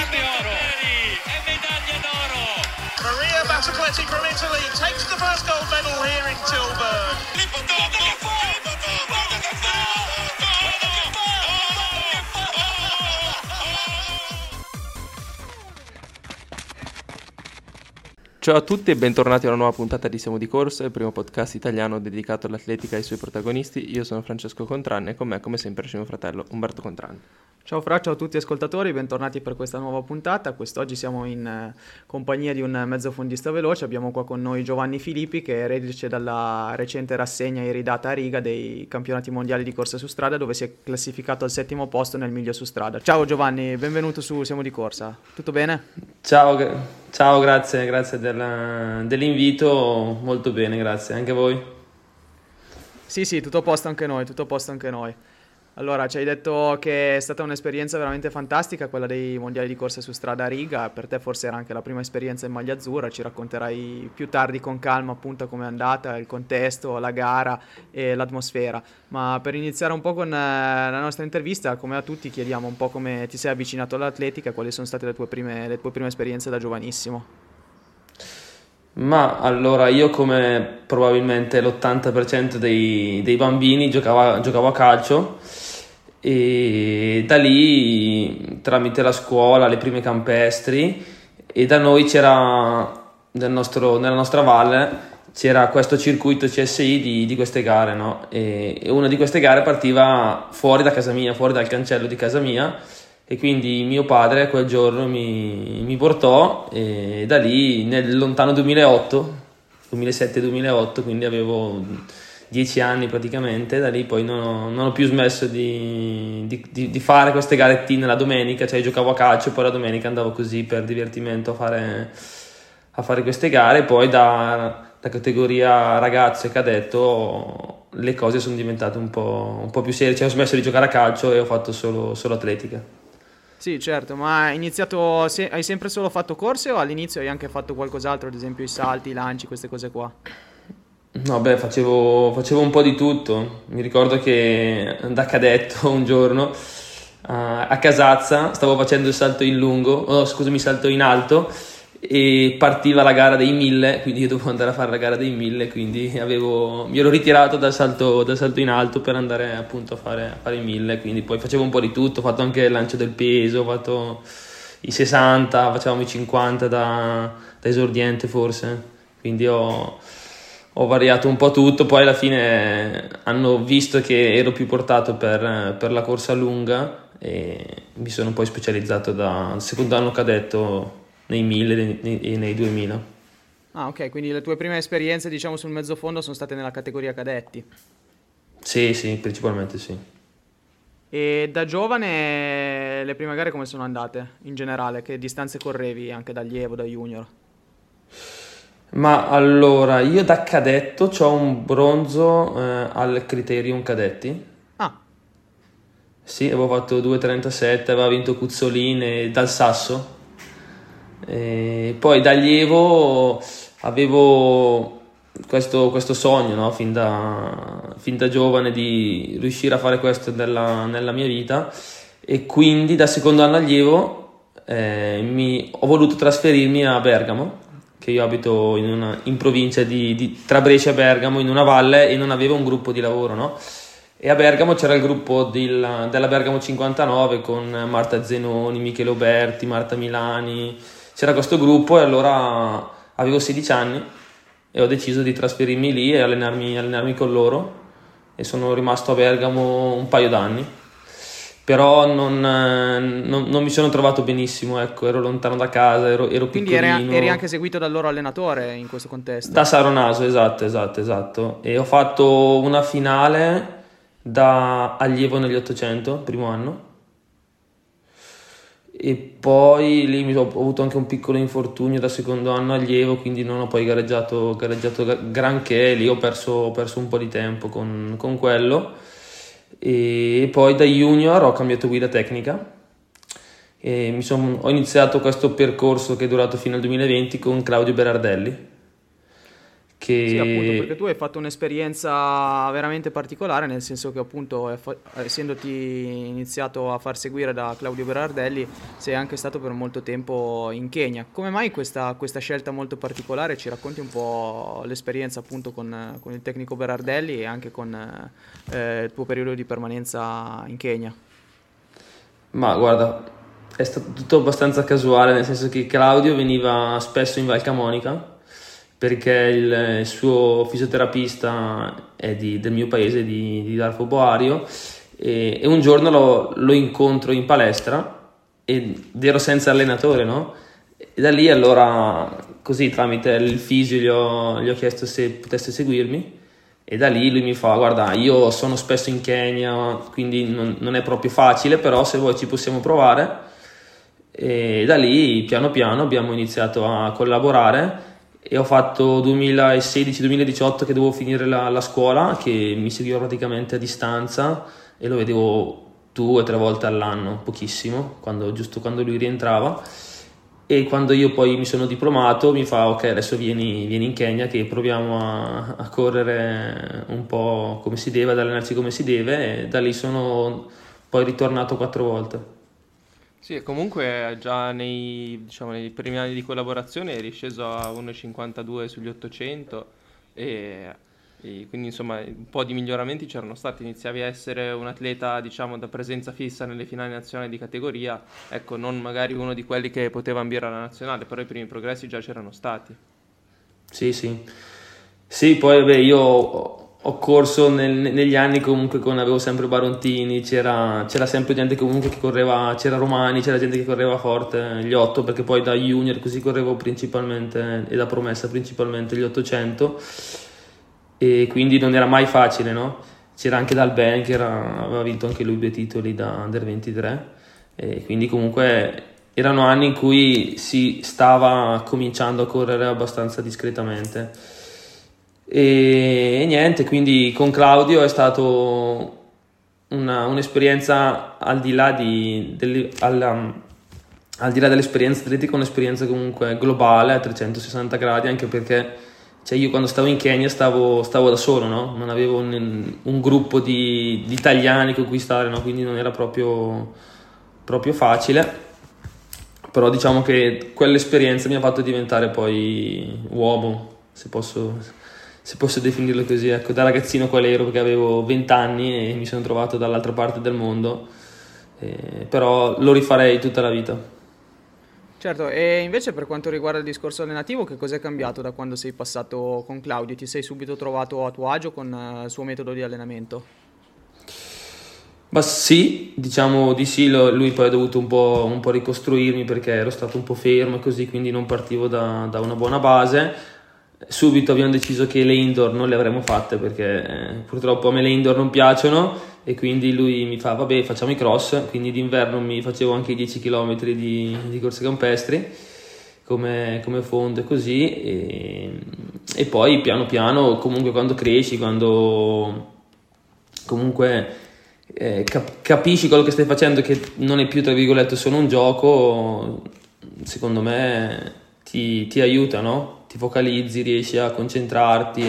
di oro e medaglia d'oro. Maria Battacletti from Italy takes the first gold medal here in Tilburg. Ciao a tutti e bentornati a una nuova puntata di Siamo di Corsa, il primo podcast italiano dedicato all'atletica e ai suoi protagonisti. Io sono Francesco Contran e con me, come sempre, c'è mio fratello Umberto Contran. Ciao Fra, ciao a tutti ascoltatori, bentornati per questa nuova puntata. Quest'oggi siamo in compagnia di un mezzofondista veloce. Abbiamo qua con noi Giovanni Filippi, che è reduce dalla recente rassegna iridata a Riga dei campionati mondiali di corsa su strada, dove si è classificato al 7° posto nel miglio su strada. Ciao Giovanni, benvenuto su Siamo di Corsa. Tutto bene? Ciao, grazie dell'invito, molto bene, grazie, anche a voi? Sì, tutto a posto anche noi. Allora, ci hai detto che è stata un'esperienza veramente fantastica quella dei mondiali di corsa su strada a Riga. Per te forse era anche la prima esperienza in maglia azzurra, ci racconterai più tardi con calma appunto com'è andata, il contesto, la gara e l'atmosfera. Ma per iniziare un po' con la nostra intervista, come a tutti chiediamo un po' come ti sei avvicinato all'atletica, quali sono state le tue prime esperienze da giovanissimo. Ma allora, io come probabilmente l'80% dei bambini giocavo a calcio e da lì tramite la scuola, le prime campestri, e da noi c'era nella nostra valle c'era questo circuito CSI di queste gare, no? E una di queste gare partiva fuori da casa mia, fuori dal cancello di casa mia, e quindi mio padre quel giorno mi portò, e da lì nel lontano 2007-2008, quindi avevo 10 anni praticamente, da lì poi non ho più smesso di fare queste garettine la domenica, cioè giocavo a calcio, poi la domenica andavo così per divertimento a fare queste gare. Poi da categoria ragazzo e cadetto le cose sono diventate un po' più serie, cioè ho smesso di giocare a calcio e ho fatto solo atletica. Sì, certo, ma hai sempre solo fatto corse o all'inizio hai anche fatto qualcos'altro, ad esempio i salti, i lanci, queste cose qua? No, beh, facevo un po' di tutto. Mi ricordo che da cadetto un giorno a Casazza stavo facendo il salto salto in alto, e partiva la gara dei 1000, quindi io dovevo andare a fare la gara dei 1000, quindi mi ero ritirato dal salto in alto per andare appunto a fare i 1000, quindi poi facevo un po' di tutto, ho fatto anche il lancio del peso, ho fatto i 60, facevamo i 50 da esordiente forse, quindi ho variato un po' tutto. Poi alla fine hanno visto che ero più portato per la corsa lunga e mi sono poi specializzato dal secondo anno cadetto nei 1000 e nei 2000. Ah, ok, quindi le tue prime esperienze, diciamo, sul mezzofondo sono state nella categoria cadetti? Sì, principalmente sì. E da giovane le prime gare come sono andate in generale? Che distanze correvi anche da allievo, da junior? Ma allora, io da cadetto ho un bronzo al Criterium Cadetti. Ah. Sì, avevo fatto 2.37, aveva vinto Cuzzolin dal Sasso. E poi da allievo avevo questo sogno, no? Fin da giovane di riuscire a fare questo nella mia vita, e quindi da secondo anno allievo ho voluto trasferirmi a Bergamo, che io abito in provincia tra Brescia e Bergamo, in una valle, e non avevo un gruppo di lavoro, no? E a Bergamo c'era il gruppo della Bergamo 59 con Marta Zenoni, Michele Oberti, Marta Milani. C'era questo gruppo, e allora avevo 16 anni e ho deciso di trasferirmi lì e allenarmi con loro, e sono rimasto a Bergamo un paio d'anni, però non mi sono trovato benissimo, ecco, ero lontano da casa, ero Quindi piccolino. eri anche seguito dal loro allenatore in questo contesto? Da Saronaso, esatto, e ho fatto una finale da allievo negli 800, primo anno. E poi lì ho avuto anche un piccolo infortunio da secondo anno allievo, quindi non ho poi gareggiato granché, lì ho perso un po' di tempo con quello. E poi da junior ho cambiato guida tecnica e ho iniziato questo percorso che è durato fino al 2020 con Claudio Berardelli, Sì, appunto, perché tu hai fatto un'esperienza veramente particolare, nel senso che appunto essendoti iniziato a far seguire da Claudio Berardelli, sei anche stato per molto tempo in Kenya. Come mai questa scelta molto particolare? Ci racconti un po' l'esperienza appunto con il tecnico Berardelli e anche con il tuo periodo di permanenza in Kenya? Ma guarda, è stato tutto abbastanza casuale, nel senso che Claudio veniva spesso in Val Camonica perché il suo fisioterapista è del mio paese, di Darfo Boario, e un giorno lo incontro in palestra ed ero senza allenatore, no? E da lì allora, così tramite il fisio gli ho chiesto se potesse seguirmi, e da lì lui mi fa: guarda, io sono spesso in Kenya, quindi non è proprio facile, però se vuoi ci possiamo provare. E da lì piano piano abbiamo iniziato a collaborare e ho fatto 2016-2018 che dovevo finire la scuola, che mi seguiva praticamente a distanza e lo vedevo 2 o 3 volte all'anno, pochissimo, giusto quando lui rientrava. E quando io poi mi sono diplomato mi fa: ok, adesso vieni in Kenya che proviamo a correre un po' come si deve, ad allenarci come si deve, e da lì sono poi ritornato 4 volte. Sì, e comunque già nei primi anni di collaborazione eri sceso a 1,52 sugli 800 e quindi insomma un po' di miglioramenti c'erano stati, iniziavi a essere un atleta diciamo da presenza fissa nelle finali nazionali di categoria, ecco, non magari uno di quelli che poteva ambire alla nazionale, però i primi progressi già c'erano stati. Sì, poi vabbè, io ho corso negli anni comunque avevo sempre Barontini, c'era sempre gente comunque che correva, c'era Romani, c'era gente che correva forte gli 8, perché poi da junior così correvo principalmente, e da promessa principalmente gli 800, e quindi non era mai facile, no? C'era anche Dalben che aveva vinto anche lui 2 titoli da Under 23, e quindi comunque erano anni in cui si stava cominciando a correre abbastanza discretamente. E niente, quindi con Claudio è stato un'esperienza al di là dell'esperienza atletica, un'esperienza comunque globale a 360 gradi, anche perché io quando stavo in Kenya stavo da solo, no? Non avevo un gruppo di italiani con cui stare, no? Quindi non era proprio facile, però diciamo che quell'esperienza mi ha fatto diventare poi uomo, se posso definirlo così, ecco, da ragazzino qual ero, perché avevo 20 anni e mi sono trovato dall'altra parte del mondo, però lo rifarei tutta la vita. Certo, e invece per quanto riguarda il discorso allenativo, che cos'è cambiato da quando sei passato con Claudio? Ti sei subito trovato a tuo agio con il suo metodo di allenamento? Ma sì, diciamo di sì, lui poi ha dovuto un po' ricostruirmi perché ero stato un po' fermo e così, quindi non partivo da una buona base. Subito abbiamo deciso che le indoor non le avremmo fatte perché purtroppo a me le indoor non piacciono, e quindi lui mi fa: vabbè, facciamo i cross. Quindi d'inverno mi facevo anche i 10 km di corse campestri come fondo e così, e poi piano piano comunque quando cresci, quando comunque capisci quello che stai facendo, che non è più tra virgolette solo un gioco, secondo me ti aiuta, no? Ti focalizzi, riesci a concentrarti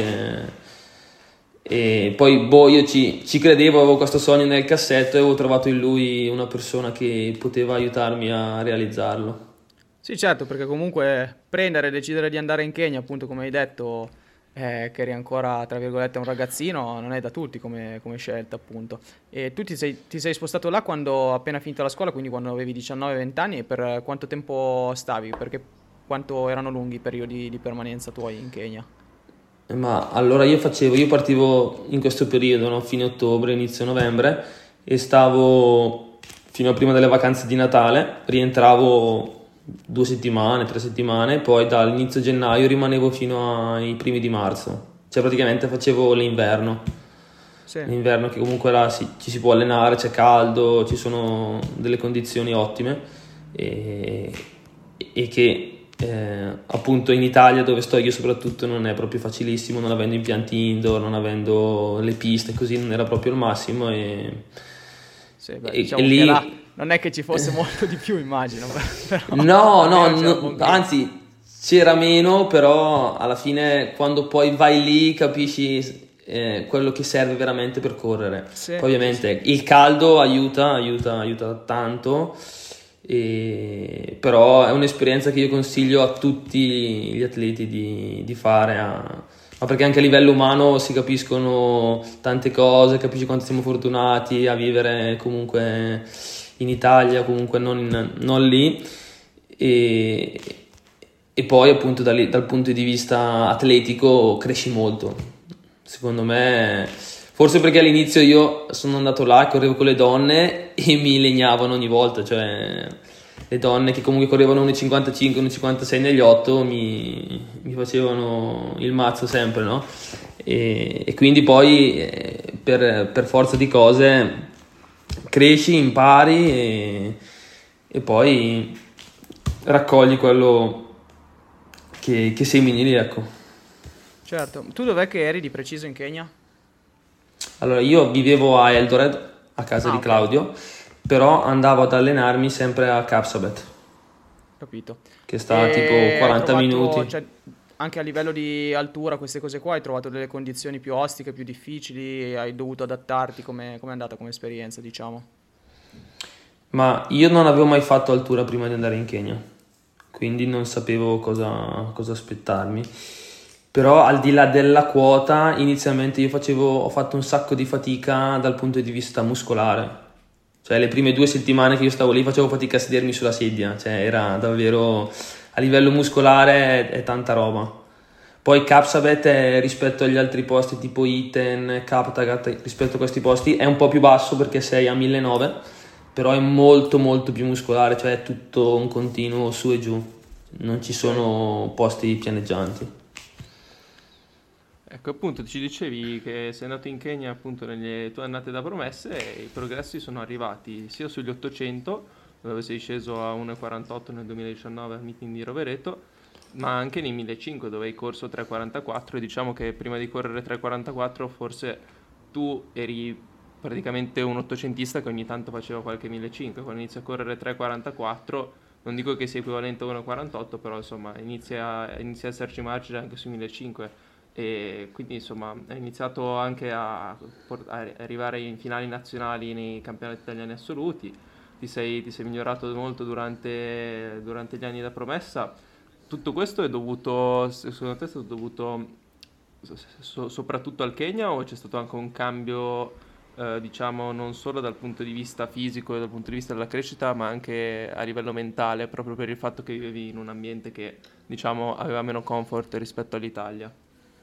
e poi io ci credevo, avevo questo sogno nel cassetto e avevo trovato in lui una persona che poteva aiutarmi a realizzarlo. Sì, certo, perché comunque decidere di andare in Kenya, appunto come hai detto, che eri ancora tra virgolette un ragazzino, non è da tutti come scelta, appunto. E tu ti sei spostato là quando appena finita la scuola, quindi quando avevi 19-20 anni, e per quanto tempo stavi? Perché quanto erano lunghi i periodi di permanenza tuoi in Kenya? Ma allora io partivo in questo periodo, no? Fine ottobre, inizio novembre, e stavo fino a prima delle vacanze di Natale, rientravo 2 settimane, 3 settimane, poi dall'inizio gennaio rimanevo fino ai primi di marzo, cioè praticamente facevo l'inverno. Sì. L'inverno che comunque là ci si può allenare, c'è caldo, ci sono delle condizioni ottime, e che appunto in Italia, dove sto io soprattutto, non è proprio facilissimo, non avendo impianti indoor, non avendo le piste, così non era proprio il massimo, sì, diciamo lì che là non è che ci fosse molto di più, immagino. Però no, anzi c'era meno, però alla fine quando poi vai lì capisci quello che serve veramente per correre. Sì, Poi ovviamente il caldo aiuta tanto, però è un'esperienza che io consiglio a tutti gli atleti di fare, ma perché anche a livello umano si capiscono tante cose, capisci quanto siamo fortunati a vivere comunque in Italia, comunque non lì, e poi appunto dal punto di vista atletico cresci molto, secondo me, forse perché all'inizio io sono andato là e correvo con le donne e mi legnavano ogni volta, cioè le donne che comunque correvano 1,55, 1,56 negli 8 mi facevano il mazzo sempre, no? E quindi poi per forza di cose cresci, impari e poi raccogli quello che semini lì, ecco. Certo. Tu dov'è che eri di preciso in Kenya? Allora, io vivevo a Eldoret, a casa di ok. Claudio, però andavo ad allenarmi sempre a Kapsabet, Capito. che sta E tipo hai 40 trovato, minuti. cioè, anche a livello di altura, queste cose qua, hai trovato delle condizioni più ostiche, più difficili, hai dovuto adattarti, come è andata come esperienza, diciamo? Ma io non avevo mai fatto altura prima di andare in Kenya, quindi non sapevo cosa aspettarmi. Però al di là della quota, inizialmente ho fatto un sacco di fatica dal punto di vista muscolare. Cioè le prime 2 settimane che io stavo lì facevo fatica a sedermi sulla sedia, cioè era davvero, a livello muscolare è tanta roba. Poi Kapsabet rispetto agli altri posti tipo Iten, Kaptagat, rispetto a questi posti è un po' più basso perché sei a 1900, però è molto molto più muscolare, cioè è tutto un continuo su e giù, non ci sono posti pianeggianti. Ecco, appunto, ci dicevi che sei andato in Kenya appunto nelle tue annate da promesse e i progressi sono arrivati sia sugli 800, dove sei sceso a 1,48 nel 2019 al meeting di Rovereto, ma anche nei 1500 dove hai corso 3,44 e diciamo che prima di correre 3,44 forse tu eri praticamente un ottocentista che ogni tanto faceva qualche 1500, quando inizi a correre 3,44 non dico che sia equivalente a 1,48, però insomma inizia a esserci margine anche sui 1500 e quindi insomma hai iniziato anche a arrivare in finali nazionali nei campionati italiani assoluti, ti sei migliorato molto durante gli anni da promessa. Tutto questo è dovuto, secondo te è stato dovuto soprattutto al Kenya o c'è stato anche un cambio diciamo non solo dal punto di vista fisico e dal punto di vista della crescita ma anche a livello mentale proprio per il fatto che vivevi in un ambiente che diciamo aveva meno comfort rispetto all'Italia?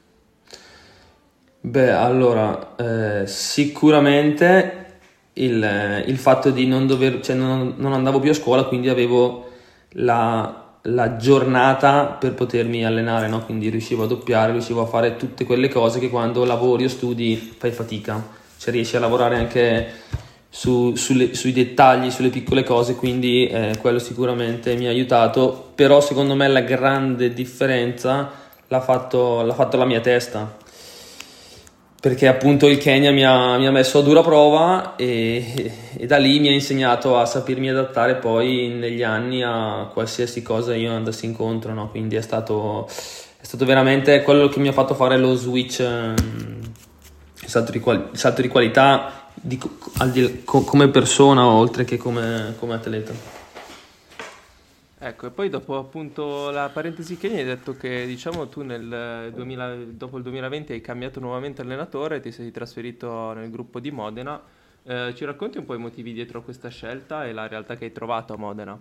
Beh, allora, sicuramente il fatto di non dover, cioè non andavo più a scuola, quindi avevo la giornata per potermi allenare, no? Quindi riuscivo a doppiare, riuscivo a fare tutte quelle cose che quando lavori o studi fai fatica, cioè riesci a lavorare anche sui dettagli, sulle piccole cose, quindi quello sicuramente mi ha aiutato, però secondo me la grande differenza l'ha fatto la mia testa. Perché appunto il Kenya mi ha messo a dura prova e da lì mi ha insegnato a sapermi adattare poi negli anni a qualsiasi cosa io andassi incontro, no? Quindi è stato veramente quello che mi ha fatto fare lo switch, il salto di qualità come persona oltre che come atleta. Ecco, e poi dopo appunto la parentesi Kenya hai detto che diciamo tu dopo il 2020 hai cambiato nuovamente allenatore, ti sei trasferito nel gruppo di Modena. Ci racconti un po' i motivi dietro a questa scelta e la realtà che hai trovato a Modena?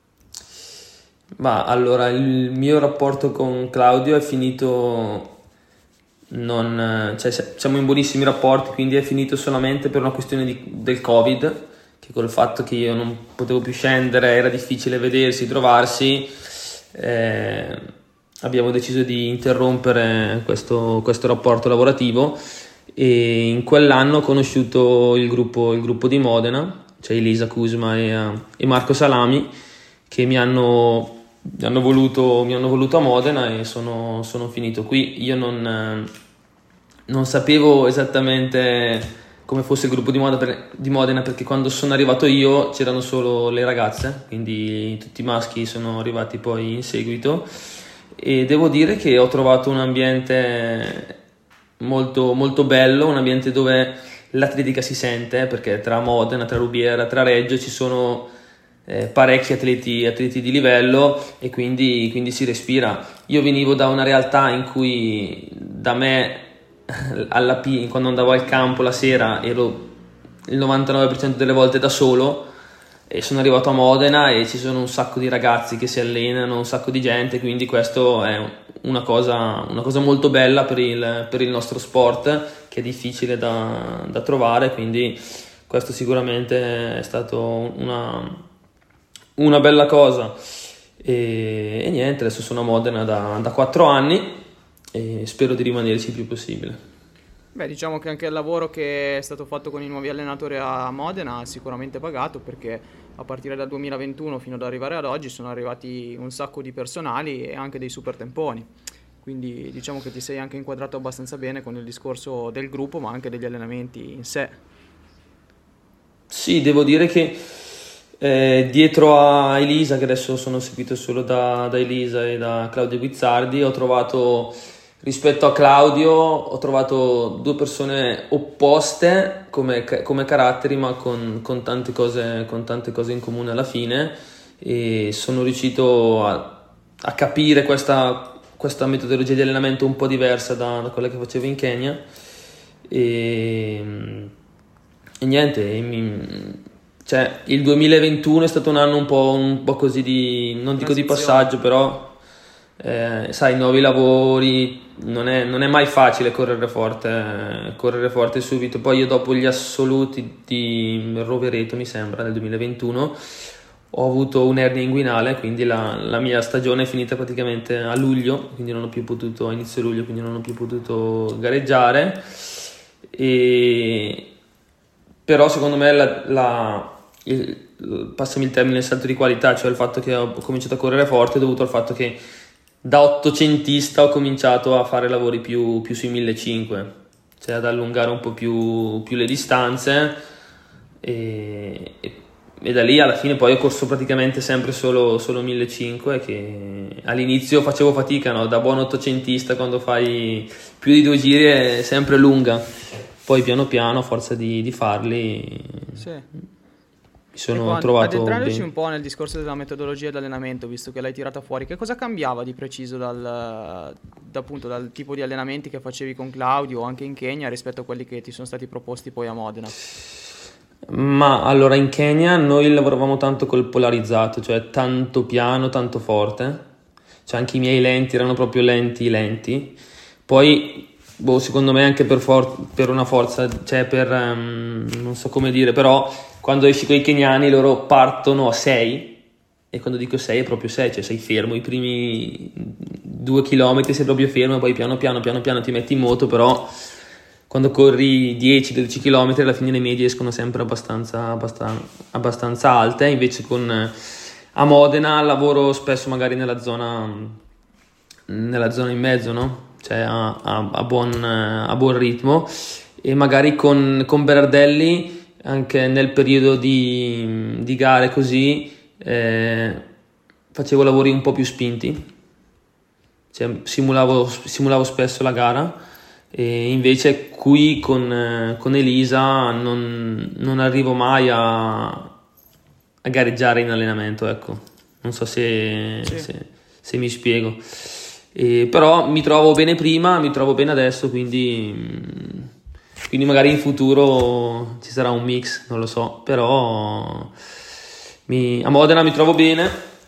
Ma allora il mio rapporto con Claudio è finito, cioè siamo in buonissimi rapporti, quindi è finito solamente per una questione del Covid, che col fatto che io non potevo più scendere, era difficile vedersi, trovarsi, abbiamo deciso di interrompere questo rapporto lavorativo e in quell'anno ho conosciuto il gruppo di Modena, cioè Elisa Kuzma e Marco Salami, che mi hanno voluto a Modena e sono finito qui. Io non sapevo esattamente come fosse il gruppo di Modena perché quando sono arrivato io c'erano solo le ragazze, quindi tutti i maschi sono arrivati poi in seguito e devo dire che ho trovato un ambiente molto, molto bello, un ambiente dove l'atletica si sente, perché tra Modena, tra Rubiera, tra Reggio ci sono parecchi atleti di livello, e quindi si respira. Io venivo da una realtà in cui da me quando andavo al campo la sera ero il 99% delle volte da solo, e sono arrivato a Modena e ci sono un sacco di ragazzi che si allenano, un sacco di gente, quindi questo è una cosa molto bella per il nostro sport, che è difficile da trovare, quindi questo sicuramente è stato una bella cosa. E niente, adesso sono a Modena da 4 anni e spero di rimanerci il più possibile. Beh, diciamo che anche il lavoro che è stato fatto con i nuovi allenatori a Modena ha sicuramente pagato, perché a partire dal 2021 fino ad arrivare ad oggi sono arrivati un sacco di personali e anche dei super temponi. Quindi diciamo che ti sei anche inquadrato abbastanza bene con il discorso del gruppo, ma anche degli allenamenti in sé. Sì, devo dire che dietro a Elisa, che adesso sono seguito solo da Elisa e da Claudio Guizzardi, ho trovato, rispetto a Claudio, ho trovato due persone opposte come caratteri, ma con tante cose in comune alla fine, e sono riuscito a capire questa metodologia di allenamento un po' diversa da quella che facevo in Kenya, e niente, cioè il 2021 è stato un anno un po' così non dico di passaggio, però sai, nuovi lavori, non è mai facile correre forte subito. Poi io, dopo gli assoluti di Rovereto, mi sembra, nel 2021, ho avuto un'ernia inguinale, quindi la mia stagione è finita praticamente a luglio, quindi non ho più potuto, a inizio luglio, quindi non ho più potuto gareggiare. Però secondo me passami il termine, il salto di qualità, cioè il fatto che ho cominciato a correre forte, è dovuto al fatto che da ottocentista ho cominciato a fare lavori più sui 1500, cioè ad allungare un po' più le distanze, e da lì alla fine poi ho corso praticamente sempre solo 1500, che all'inizio facevo fatica, no? Da buon ottocentista, quando fai più di 2 giri è sempre lunga, poi piano piano, a forza di farli, Sì. mi sono trovato addentrandoci bene. un po' nel discorso della metodologia di allenamento, visto che l'hai tirata fuori, che cosa cambiava di preciso appunto dal tipo di allenamenti che facevi con Claudio o anche in Kenya rispetto a quelli che ti sono stati proposti poi a Modena? Ma allora, in Kenya noi lavoravamo tanto col polarizzato, cioè tanto piano, tanto forte, cioè anche i miei lenti erano proprio lenti. Poi secondo me anche per una forza, cioè non so come dire, però quando esci con i keniani loro partono a 6, e quando dico 6 è proprio 6, cioè sei fermo, i primi 2 chilometri sei proprio fermo, e poi piano piano ti metti in moto, però quando corri 10-12 km alla fine le medie escono sempre abbastanza alte. Invece a Modena lavoro spesso magari nella zona in mezzo, no? Cioè a buon ritmo, e magari con Berardelli anche nel periodo di gare così facevo lavori un po' più spinti, cioè simulavo spesso la gara, e invece qui con Elisa non arrivo mai a gareggiare in allenamento, ecco, non so se mi spiego. Però mi trovo bene prima, mi trovo bene adesso, quindi magari in futuro ci sarà un mix, non lo so, però a Modena mi trovo bene,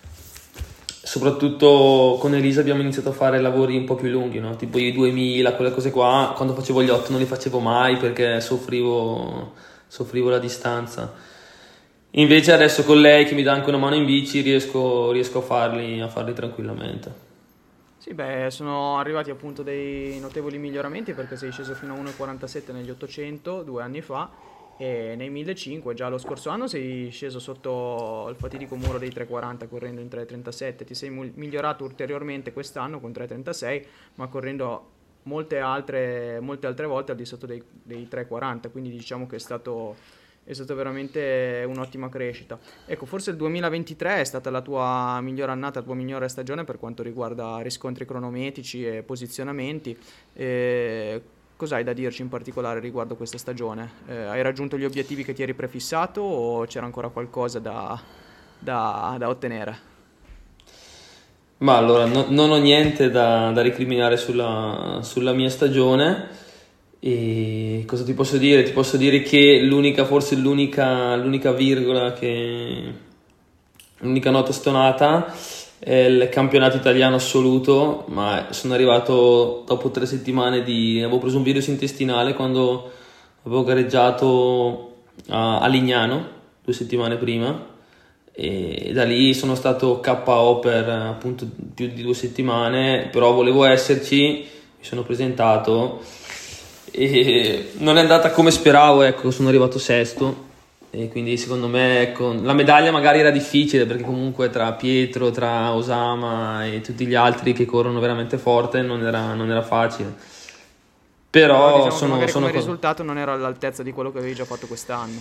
soprattutto con Elisa abbiamo iniziato a fare lavori un po' più lunghi, no? Tipo i 2000, quelle cose qua. Quando facevo gli 8 non li facevo mai perché soffrivo la distanza. Invece adesso con lei, che mi dà anche una mano in bici, riesco a farli tranquillamente. Sì, beh, sono arrivati appunto dei notevoli miglioramenti, perché sei sceso fino a 1,47 negli 800 2 anni fa, e nei 1500 già lo scorso anno sei sceso sotto il fatidico muro dei 3,40 correndo in 3,37. Ti sei migliorato ulteriormente quest'anno con 3,36, ma correndo molte altre volte al di sotto dei 3,40, quindi diciamo che è stato è stata veramente un'ottima crescita. Ecco, forse il 2023 è stata la tua migliore annata, la tua migliore stagione per quanto riguarda riscontri cronometrici e posizionamenti. Cos'hai da dirci in particolare riguardo questa stagione? Hai raggiunto gli obiettivi che ti eri prefissato o c'era ancora qualcosa da ottenere? Ma allora, non ho niente da recriminare sulla mia stagione. E cosa ti posso dire? Ti posso dire che l'unica virgola l'unica nota stonata è il campionato italiano assoluto, ma sono arrivato dopo 3 settimane avevo preso un virus intestinale quando avevo gareggiato a Lignano 2 settimane prima, e da lì sono stato KO per appunto più di 2 settimane, però volevo esserci, mi sono presentato e non è andata come speravo, ecco, sono arrivato sesto, e quindi secondo me, ecco, la medaglia magari era difficile perché comunque tra Pietro, tra Osama e tutti gli altri che corrono veramente forte non era facile, però diciamo che magari come risultato non era all'altezza di quello che avevi già fatto quest'anno.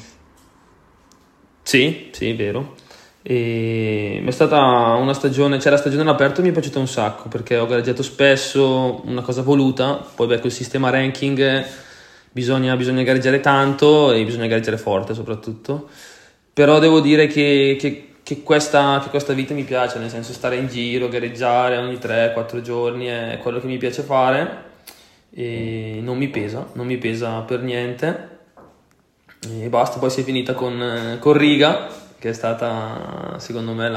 Sì, vero. E è stata una stagione, la stagione all'aperto mi è piaciuta un sacco perché ho gareggiato spesso, una cosa voluta, poi col sistema ranking bisogna gareggiare tanto e bisogna gareggiare forte soprattutto, però devo dire che questa vita mi piace, nel senso stare in giro, gareggiare ogni 3-4 giorni è quello che mi piace fare e non mi pesa per niente, e basta. Poi si è finita con Riga, che è stata secondo me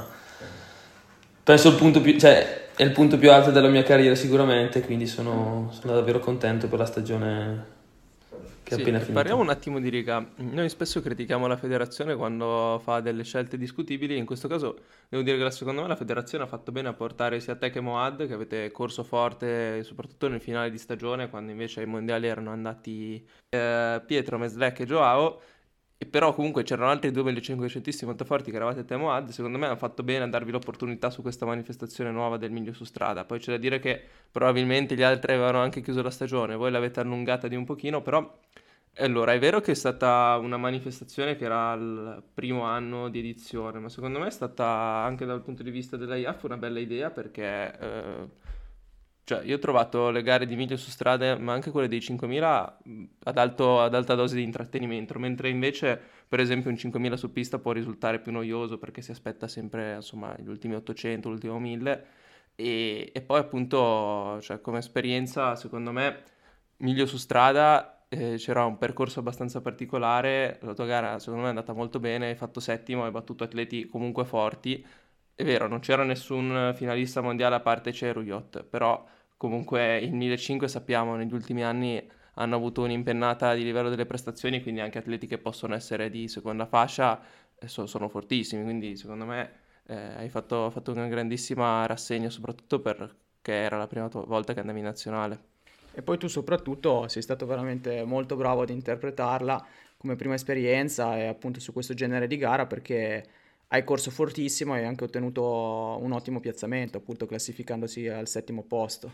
penso è il punto più alto della mia carriera sicuramente, quindi sono davvero contento per la stagione che è appena finita. Parliamo un attimo di Riga. Noi spesso critichiamo la federazione quando fa delle scelte discutibili, in questo caso devo dire che secondo me la federazione ha fatto bene a portare sia te che Moad, che avete corso forte soprattutto nel finale di stagione, quando invece ai mondiali erano andati Pietro, Meslec e Joao. E però comunque c'erano altri 2500isti molto forti che eravate te e Moad. Secondo me hanno fatto bene a darvi l'opportunità su questa manifestazione nuova del miglio su strada. Poi c'è da dire che probabilmente gli altri avevano anche chiuso la stagione, voi l'avete allungata di un pochino, però allora è vero che è stata una manifestazione che era il primo anno di edizione, ma secondo me è stata anche dal punto di vista dell'IAF una bella idea, perché cioè io ho trovato le gare di miglio su strada, ma anche quelle dei 5000 ad alta dose di intrattenimento, mentre invece per esempio un 5000 su pista può risultare più noioso perché si aspetta sempre insomma gli ultimi 800, l'ultimo 1000, e poi appunto cioè, come esperienza secondo me miglio su strada c'era un percorso abbastanza particolare, la tua gara secondo me è andata molto bene, hai fatto settimo, hai battuto atleti comunque forti. È vero, non c'era nessun finalista mondiale a parte Ceruyot, però comunque il 1500 sappiamo negli ultimi anni hanno avuto un'impennata di livello delle prestazioni, quindi anche atleti che possono essere di seconda fascia sono fortissimi, quindi secondo me hai fatto una grandissima rassegna, soprattutto perché era la prima volta che andavi in nazionale. E poi tu soprattutto sei stato veramente molto bravo ad interpretarla come prima esperienza e appunto su questo genere di gara, perché hai corso fortissimo e hai anche ottenuto un ottimo piazzamento, appunto classificandosi al 7° posto.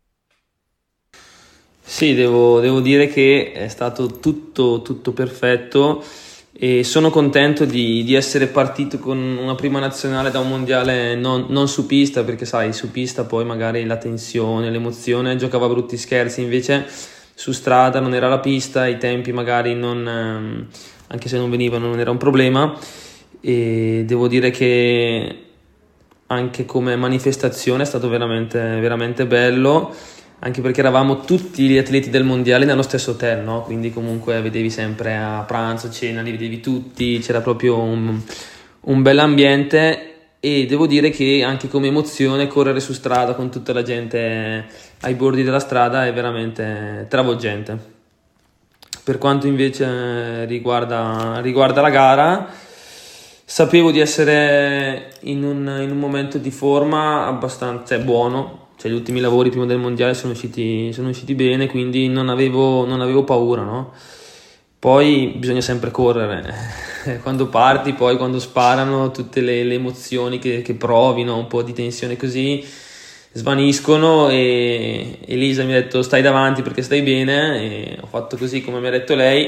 Sì, devo dire che è stato tutto perfetto e sono contento di essere partito con una prima nazionale da un mondiale non su pista, perché sai, su pista poi magari la tensione, l'emozione giocava brutti scherzi, invece su strada non era la pista, i tempi magari anche se non venivano non era un problema. E devo dire che anche come manifestazione è stato veramente, veramente bello, anche perché eravamo tutti gli atleti del mondiale nello stesso hotel, no? Quindi comunque vedevi sempre a pranzo, cena, li vedevi tutti, c'era proprio un bel ambiente, e devo dire che anche come emozione correre su strada con tutta la gente ai bordi della strada è veramente travolgente. Per quanto invece riguarda la gara, sapevo di essere in un momento di forma abbastanza buono, cioè gli ultimi lavori prima del mondiale sono usciti bene, quindi non avevo paura, no? Poi bisogna sempre correre, quando parti, poi quando sparano tutte le emozioni che provi, no? Un po' di tensione così svaniscono, e Elisa mi ha detto stai davanti perché stai bene, e ho fatto così come mi ha detto lei.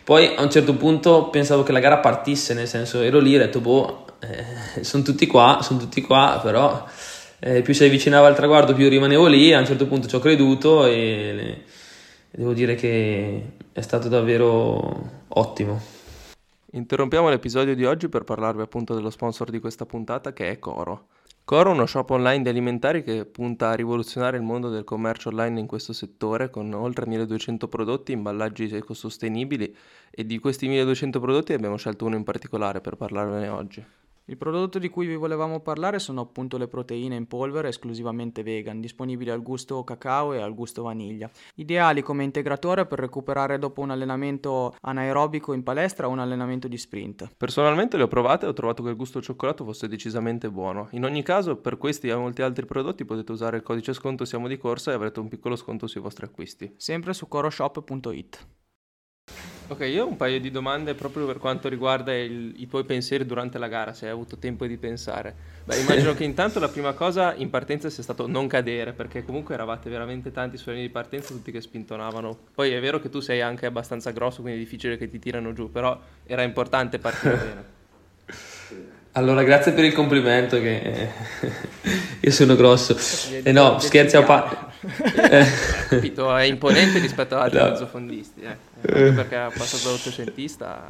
Poi a un certo punto pensavo che la gara partisse, nel senso ero lì e ho detto sono tutti qua, però più si avvicinava al traguardo più rimanevo lì. A un certo punto ci ho creduto e devo dire che è stato davvero ottimo. Interrompiamo l'episodio di oggi per parlarvi appunto dello sponsor di questa puntata, che è Coro. Coro è uno shop online di alimentari che punta a rivoluzionare il mondo del commercio online in questo settore, con oltre 1200 prodotti, imballaggi ecosostenibili, e di questi 1200 prodotti abbiamo scelto uno in particolare per parlarvene oggi. Il prodotto di cui vi volevamo parlare sono appunto le proteine in polvere esclusivamente vegan, disponibili al gusto cacao e al gusto vaniglia. Ideali come integratore per recuperare dopo un allenamento anaerobico in palestra o un allenamento di sprint. Personalmente le ho provate e ho trovato che il gusto cioccolato fosse decisamente buono. In ogni caso, per questi e molti altri prodotti potete usare il codice sconto Siamo di Corsa e avrete un piccolo sconto sui vostri acquisti. Sempre su coroshop.it. Ok, io ho un paio di domande proprio per quanto riguarda i tuoi pensieri durante la gara, se hai avuto tempo di pensare. Beh, immagino che intanto la prima cosa in partenza sia stato non cadere, perché comunque eravate veramente tanti sulla linea di partenza, tutti che spintonavano. Poi è vero che tu sei anche abbastanza grosso, quindi è difficile che ti tirano giù, però era importante partire bene. Allora, grazie per il complimento, che io sono grosso. No, scherzi a parte. Capito, è imponente rispetto ad altri mezzofondisti, anche perché ha passato dall'ottocentista.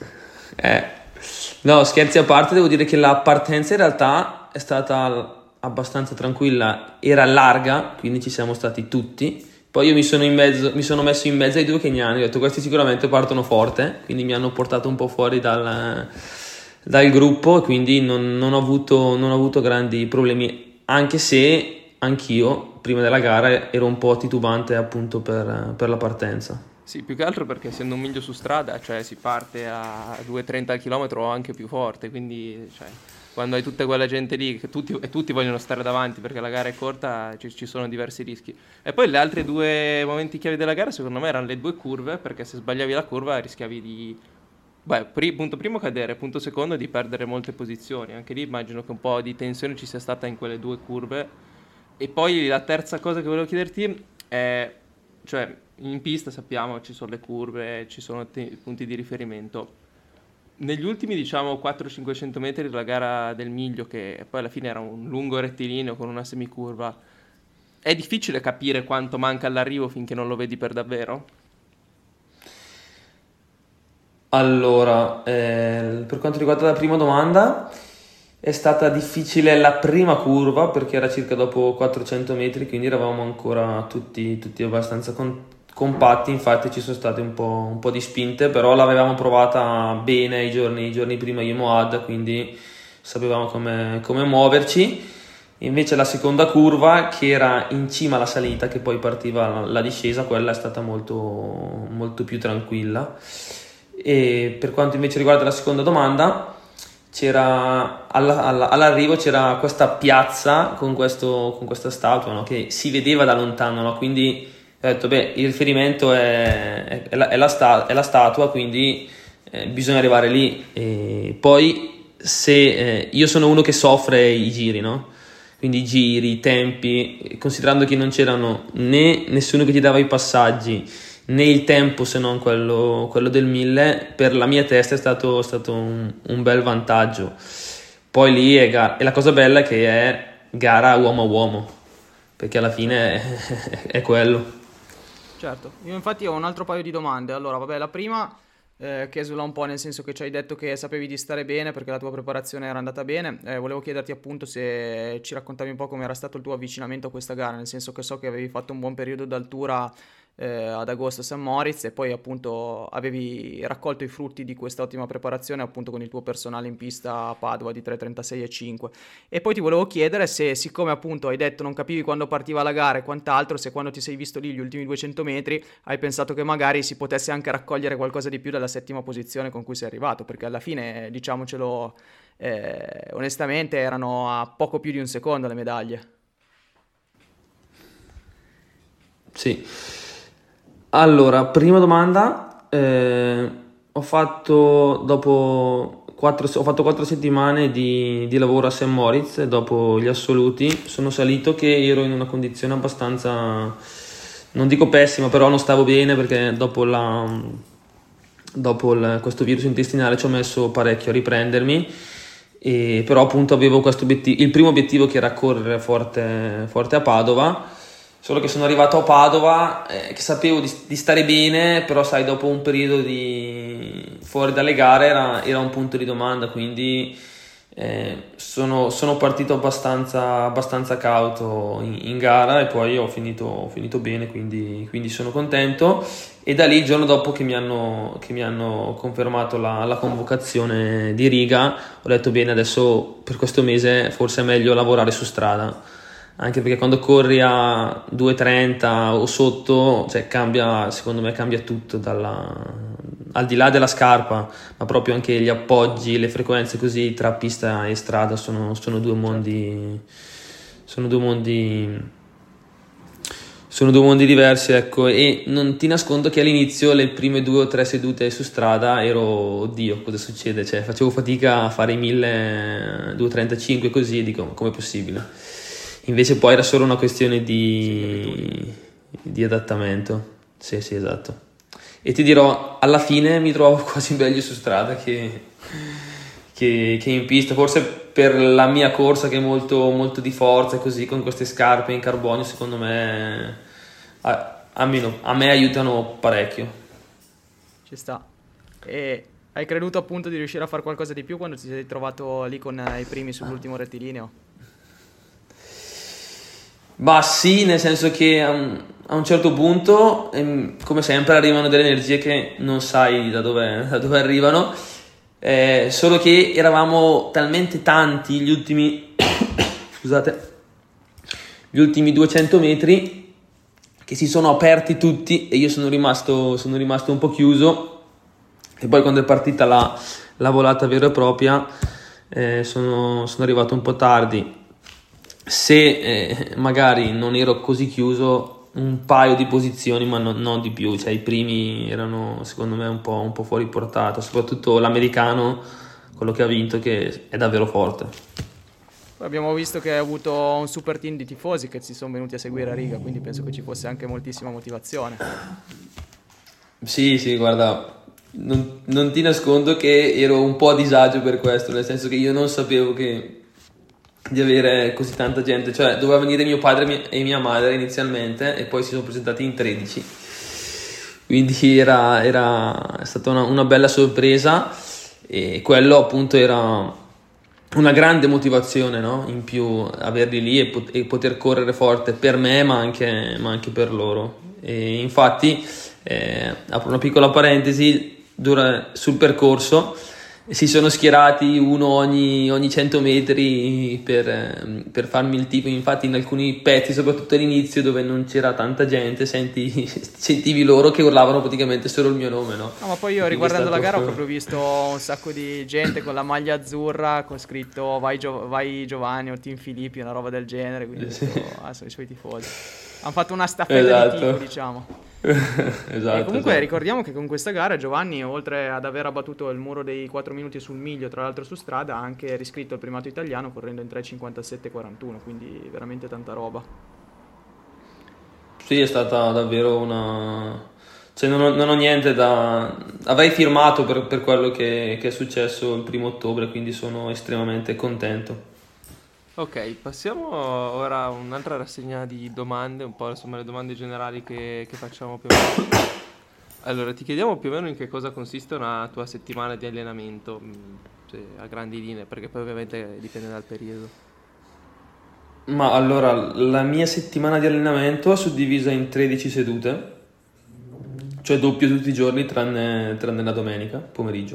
No, scherzi a parte, devo dire che la partenza in realtà è stata abbastanza tranquilla, era larga, quindi ci siamo stati tutti. Poi io mi sono messo in mezzo ai due keniani, ho detto questi sicuramente partono forte, quindi mi hanno portato un po' fuori dal gruppo, e quindi non ho avuto grandi problemi, anche se anch'io prima della gara ero un po' titubante appunto per la partenza. Sì, più che altro perché essendo un miglio su strada, cioè si parte a 2,30 al chilometro o anche più forte, quindi cioè, quando hai tutta quella gente lì che tutti vogliono stare davanti perché la gara è corta, ci sono diversi rischi. E poi le altre due momenti chiave della gara secondo me erano le due curve, perché se sbagliavi la curva rischiavi di... punto primo cadere, punto secondo di perdere molte posizioni. Anche lì immagino che un po' di tensione ci sia stata in quelle due curve. E poi la terza cosa che volevo chiederti è, cioè in pista sappiamo ci sono le curve, ci sono punti di riferimento. Negli ultimi diciamo 400-500 metri della gara del miglio, che poi alla fine era un lungo rettilineo con una semicurva, è difficile capire quanto manca all'arrivo finché non lo vedi per davvero? Allora, per quanto riguarda la prima domanda, è stata difficile la prima curva perché era circa dopo 400 metri, quindi eravamo ancora tutti abbastanza compatti. Infatti ci sono state un po' di spinte, però l'avevamo provata bene i giorni prima io e Moad, quindi sapevamo come muoverci. Invece la seconda curva, che era in cima alla salita, che poi partiva la discesa, quella è stata molto, molto più tranquilla. E per quanto invece riguarda la seconda domanda, all'arrivo c'era questa piazza con questa statua, no? Che si vedeva da lontano, no? Quindi ho detto il riferimento è la statua, quindi bisogna arrivare lì. E poi se io sono uno che soffre i giri, no? Quindi i giri, i tempi, considerando che non c'erano né nessuno che ti dava i passaggi né il tempo se non quello del 1000, per la mia testa è stato un bel vantaggio. Poi lì e la cosa bella è che è gara uomo a uomo, perché alla fine è quello. Certo, io infatti ho un altro paio di domande. Allora, la prima che esula un po', nel senso che ci hai detto che sapevi di stare bene perché la tua preparazione era andata bene. Volevo chiederti appunto se ci raccontavi un po' come era stato il tuo avvicinamento a questa gara, nel senso che so che avevi fatto un buon periodo d'altura ad agosto a St. Moritz, e poi appunto avevi raccolto i frutti di questa ottima preparazione appunto con il tuo personale in pista a Padova di 3:36,5. E poi ti volevo chiedere se, siccome appunto hai detto non capivi quando partiva la gara e quant'altro, se quando ti sei visto lì gli ultimi 200 metri hai pensato che magari si potesse anche raccogliere qualcosa di più dalla settima posizione con cui sei arrivato, perché alla fine, diciamocelo onestamente, erano a poco più di un secondo le medaglie. Sì. Allora, prima domanda, ho fatto 4 settimane di lavoro a St. Moritz, dopo gli assoluti sono salito che ero in una condizione abbastanza, non dico pessima, però non stavo bene, perché dopo dopo questo virus intestinale ci ho messo parecchio a riprendermi, però appunto avevo questo obiettivo, il primo obiettivo che era correre forte, forte a Padova, solo che sono arrivato a Padova che sapevo di stare bene, però sai, dopo un periodo fuori dalle gare era un punto di domanda, quindi sono partito abbastanza cauto in gara, e poi ho finito bene, quindi sono contento. E da lì, il giorno dopo che mi hanno confermato la convocazione di Riga, ho detto bene, adesso per questo mese forse è meglio lavorare su strada, anche perché quando corri a 2:30 o sotto, cioè secondo me cambia tutto, al di là della scarpa, ma proprio anche gli appoggi, le frequenze, così tra pista e strada sono due mondi diversi, ecco. E non ti nascondo che all'inizio, le prime 2 o 3 sedute su strada, ero, oddio, cosa succede? Cioè, facevo fatica a fare i 1235 così, e dico, ma com'è possibile? Invece poi era solo una questione di adattamento. Sì, esatto. E ti dirò, alla fine mi trovo quasi meglio su strada che in pista, forse per la mia corsa che è molto, molto di forza, e così, con queste scarpe in carbonio, secondo me a me aiutano parecchio. Ci sta. E hai creduto appunto di riuscire a fare qualcosa di più quando ti sei trovato lì con i primi sull'ultimo rettilineo? Ma sì, nel senso che a un certo punto, come sempre, arrivano delle energie che non sai da dove arrivano, solo che eravamo talmente tanti gli ultimi 200 metri che si sono aperti tutti, e io sono rimasto un po' chiuso. E poi, quando è partita la volata vera e propria, sono arrivato un po' tardi. Se magari non ero così chiuso, un paio di posizioni, ma non di più, cioè i primi erano secondo me un po' fuori portata, soprattutto l'americano, quello che ha vinto, che è davvero forte. Abbiamo visto che hai avuto un super team di tifosi che si sono venuti a seguire a Riga, quindi penso che ci fosse anche moltissima motivazione. Sì, guarda, non ti nascondo che ero un po' a disagio per questo, nel senso che io non sapevo di avere così tanta gente, cioè doveva venire mio padre e mia madre inizialmente, e poi si sono presentati in 13, quindi era stata una bella sorpresa, e quello appunto era una grande motivazione, no? In più, averli lì e poter correre forte per me, ma anche per loro. E infatti, apro una piccola parentesi, sul percorso si sono schierati uno ogni 100 metri per farmi il tipo. Infatti, in alcuni pezzi, soprattutto all'inizio, dove non c'era tanta gente, sentivi loro che urlavano praticamente solo il mio nome, no? No, ma poi io, riguardando la gara, ho proprio visto un sacco di gente con la maglia azzurra con scritto vai Giovanni o Team Filippi, una roba del genere, quindi sì. Sono i suoi tifosi. Hanno fatto una staffetta di tifo, diciamo. Esatto. E comunque ricordiamo che con questa gara Giovanni, oltre ad aver abbattuto il muro dei 4 minuti sul miglio, tra l'altro su strada, ha anche riscritto il primato italiano correndo in 3:57:41, quindi veramente tanta roba. Sì, è stata davvero cioè non ho niente da... Avrei firmato per quello che è successo il 1° ottobre, quindi sono estremamente contento. Ok, passiamo ora a un'altra rassegna di domande, un po' insomma le domande generali che facciamo più o meno. Allora, ti chiediamo più o meno in che cosa consiste una tua settimana di allenamento, cioè, a grandi linee, perché poi ovviamente dipende dal periodo. Ma allora, la mia settimana di allenamento è suddivisa in 13 sedute, cioè doppio tutti i giorni tranne la domenica, pomeriggio.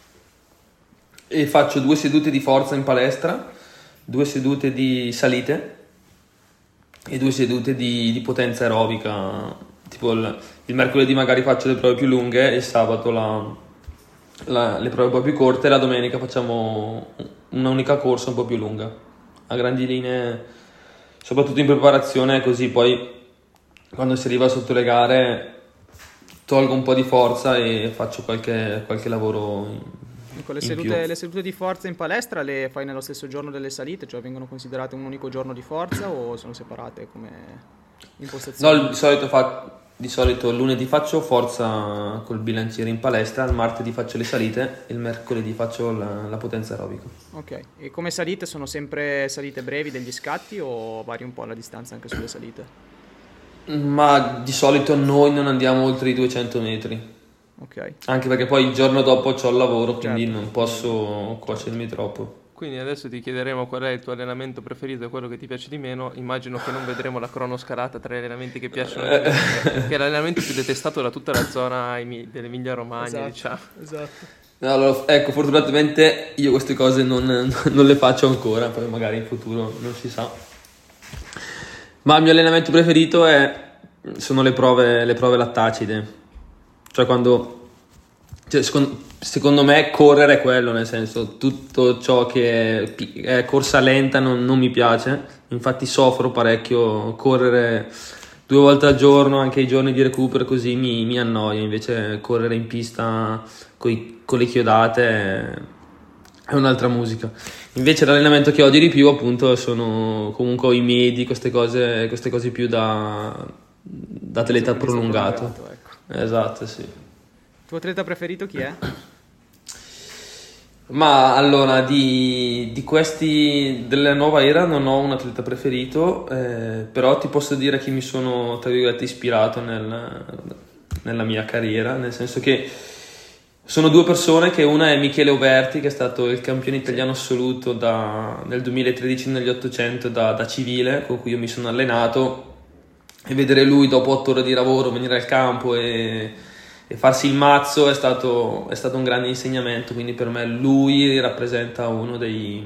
E faccio 2 sedute di forza in palestra, 2 sedute di salite e 2 sedute di potenza aerobica. Tipo il mercoledì magari faccio le prove più lunghe, il sabato le prove un po' più corte, e la domenica facciamo un'unica corsa un po' più lunga. A grandi linee, soprattutto in preparazione, così poi quando si arriva sotto le gare tolgo un po' di forza e faccio qualche lavoro Ecco, le sedute di forza in palestra le fai nello stesso giorno delle salite, cioè vengono considerate un unico giorno di forza, o sono separate come impostazione? No, di solito di solito il lunedì faccio forza col bilanciere in palestra, il martedì faccio le salite e il mercoledì faccio la potenza aerobica. Ok, e come salite sono sempre salite brevi degli scatti o vari un po' la distanza anche sulle salite? Ma di solito noi non andiamo oltre i 200 metri. Ok, Anche perché poi il giorno dopo c'ho il lavoro, quindi Certo. non posso cuocermi troppo. Quindi adesso ti chiederemo qual è il tuo allenamento preferito e quello che ti piace di meno. Immagino che non vedremo la cronoscalata tra gli allenamenti che piacciono di meno, che è l'allenamento più detestato da tutta la zona dell'Emilia Romagna, diciamo. esatto. Allora, ecco, fortunatamente io queste cose non le faccio ancora, poi magari in futuro non si sa. Ma il mio allenamento preferito sono le prove lattacide. Cioè secondo me correre è quello, nel senso tutto ciò che è corsa lenta non mi piace, infatti soffro parecchio, correre 2 volte al giorno, anche i giorni di recupero così mi annoia, invece correre in pista con le chiodate è un'altra musica. Invece l'allenamento che odio di più appunto sono comunque i medi, queste cose più da atleta prolungato. Ecco. Esatto, sì. Il tuo atleta preferito chi è? Ma allora, di questi della nuova era non ho un atleta preferito, però ti posso dire che mi sono, tra virgolette, ispirato nella mia carriera, nel senso che sono 2 persone, che una è Michele Oberti, che è stato il campione italiano assoluto nel 2013 negli 800 da civile, con cui io mi sono allenato, e vedere lui dopo 8 ore di lavoro venire al campo e farsi il mazzo è stato un grande insegnamento, quindi per me lui rappresenta uno dei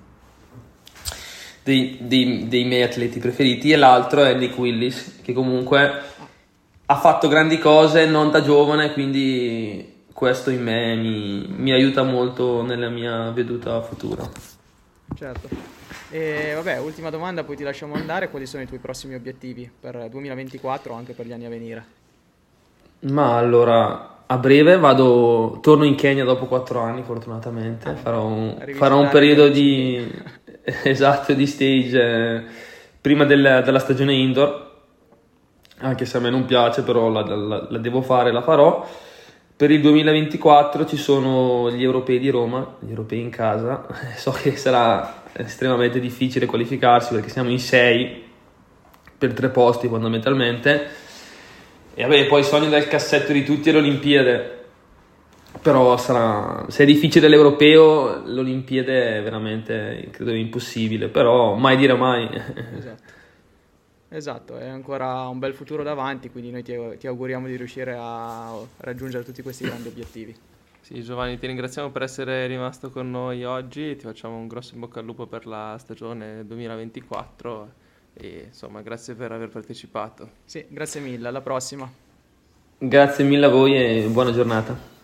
miei atleti preferiti, e l'altro è Nick Willis, che comunque ha fatto grandi cose non da giovane, quindi questo in me mi aiuta molto nella mia veduta futura. Certo. E vabbè, ultima domanda, poi ti lasciamo andare. Quali sono i tuoi prossimi obiettivi per 2024 o anche per gli anni a venire? Ma allora, a breve torno in Kenya dopo 4 anni, fortunatamente. Farò un periodo di esatto, di stage prima della stagione indoor, anche se a me non piace, però la devo fare, la farò. Per il 2024 ci sono gli europei di Roma, gli europei in casa. So che sarà estremamente difficile qualificarsi perché siamo in 6 per 3 posti fondamentalmente. E vabbè, poi il sogno del cassetto di tutti è l'Olimpiade, però se è difficile l'europeo, l'Olimpiade è veramente, credo, impossibile, però mai dire mai. Esatto, è ancora un bel futuro davanti, quindi noi ti auguriamo di riuscire a raggiungere tutti questi grandi obiettivi. Sì, Giovanni, ti ringraziamo per essere rimasto con noi oggi, ti facciamo un grosso in bocca al lupo per la stagione 2024 e insomma grazie per aver partecipato. Sì, grazie mille, alla prossima. Grazie mille a voi e buona giornata.